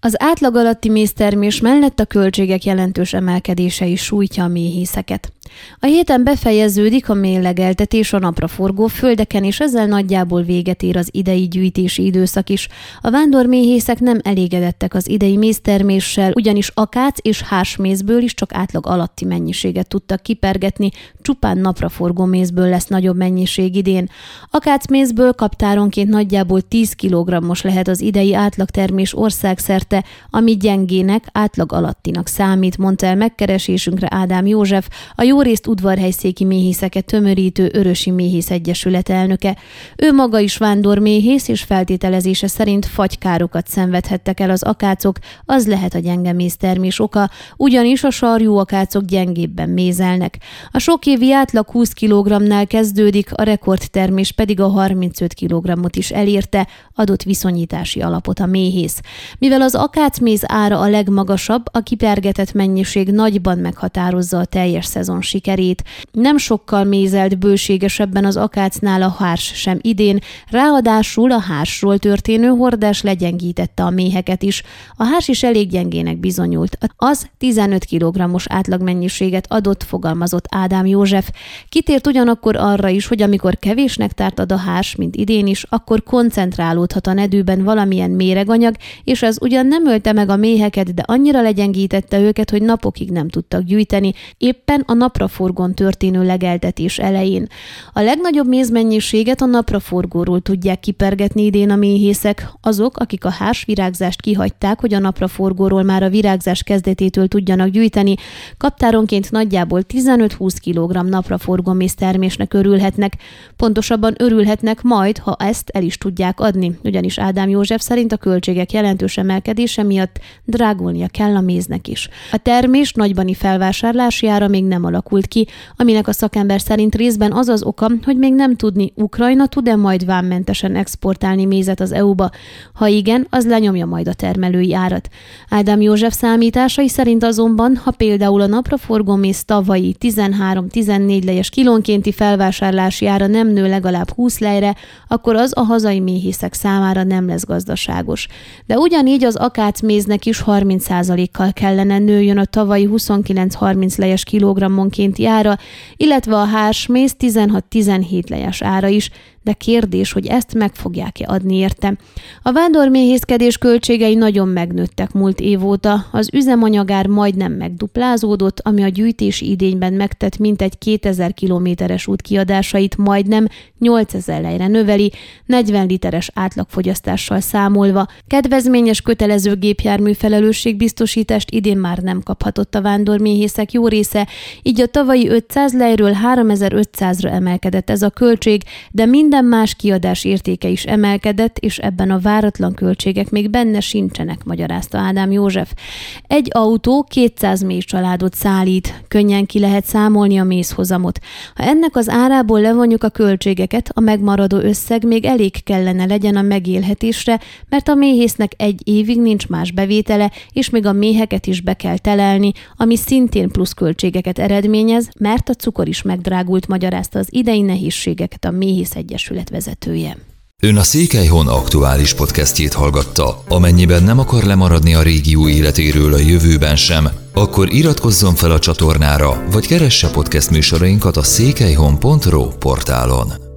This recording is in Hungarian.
Az átlag alatti méztermés mellett a költségek jelentős emelkedése is sújtja a méhészeket. A héten befejeződik a méhlegeltetés a napraforgó földeken, és ezzel nagyjából véget ér az idei gyűjtési időszak is. A vándorméhészek nem elégedettek az idei mézterméssel, ugyanis akác és hársmézből is csak átlag alatti mennyiséget tudtak kipergetni, csupán napraforgó mézből lesz nagyobb mennyiség idén. Akácmézből kaptáronként nagyjából 10 kg-os lehet az idei átlagtermés országszerte, ami gyengének, átlag alattinak számít, mondta el megkeresésünkre Ádám József, a jórészt udvarhelyszéki méhészeket tömörítő Örösi Méhész Egyesület elnöke. Ő maga is vándorméhész, és feltételezése szerint fagykárokat szenvedhettek el az akácok, az lehet a gyenge méztermés oka, ugyanis a sarjú akácok gyengébben mézelnek. A sok évi átlag 20 kg-nál kezdődik, a rekordtermés pedig a 35 kg-ot is elérte, adott viszonyítási alapot a méhész. Mivel az akácméz ára a legmagasabb, a kipergetett mennyiség nagyban meghatározza a teljes szezon sikerét. Nem sokkal mézelt bőségesebben az akácnál a hárs sem idén, ráadásul a hársról történő hordás legyengítette a méheket is. A hárs is elég gyengének bizonyult. Az 15 kg-os átlagmennyiséget adott, fogalmazott Ádám József. Kitért ugyanakkor arra is, hogy amikor kevés nektárt ad a hárs, mint idén is, akkor koncentrálódhat a nedűben valamilyen méreganyag, és ez ugyan nem ölte meg a méheket, de annyira legyengítette őket, hogy napokig nem tudtak gyűjteni, éppen a napraforgón történő legeltetés elején. A legnagyobb mézmennyiséget a napraforgóról tudják kipergetni idén a méhészek. Azok, akik a hársvirágzást kihagyták, hogy a napraforgóról már a virágzás kezdetétől tudjanak gyűjteni, kaptáronként nagyjából 15-20 kg napraforgó méztermésnek örülhetnek. Pontosabban örülhetnek majd, ha ezt el is tudják adni, ugyanis Ádám József szerint a költségek jelentős emelkedése miatt drágulnia kell a méznek is. A termés nagybani felvásárlási ára még nem alakult ki, aminek a szakember szerint részben az az oka, hogy még nem tudni, Ukrajna tud-e majd vámmentesen exportálni mézet az EU-ba. Ha igen, az lenyomja majd a termelői árat. Ádám József számításai szerint azonban, ha például a napraforgó méz tavalyi 13-14 lejes kilónkénti felvásárlási ára nem nő legalább 20 lejre, akkor az a hazai méhészek számára nem lesz gazdaságos. De ugyanígy az akácméznek is 30%-kal kellene nőjön a tavalyi 29-30 lejes kilogrammonkénti ára, illetve a hársméz 16-17 lejes ára is, de kérdés, hogy ezt meg fogják-e adni érte. A vándorméhészkedés költségei nagyon megnőttek múlt év óta, az üzemanyagár majdnem megduplázódott, ami a gyűjtési idényben megtett mintegy 2000 kilométeres út kiadásait majdnem 8000 lejre növeli, 40 literes átlagfogyasztással számolva. Kedvezményes kötelező gépjármű felelősségbiztosítást idén már nem kaphatott a vándorméhészek jó része, így a tavalyi 500 lejről 3500-ra emelkedett ez a költség, de minden más kiadás értéke is emelkedett, és ebben a váratlan költségek még benne sincsenek, magyarázta Ádám József. Egy autó 200 méz családot szállít, könnyen ki lehet számolni a mézhozamot. Ha ennek az árából levonjuk a költségeket, a megmaradó összeg még elég kellene legyen a megélhetésre, mert a méhésznek egy évig nincs más bevétele, és még a méheket is be kell telelni, ami szintén plusz költségeket eredményez, mert a cukor is megdrágult, magyarázta az idei nehézségeket a Méhész Egyesület vezetője. Ön a Székelyhon aktuális podcastjét hallgatta. Amennyiben nem akar lemaradni a régió életéről a jövőben sem, akkor iratkozzon fel a csatornára, vagy keresse podcast műsorainkat a székelyhon.ro portálon.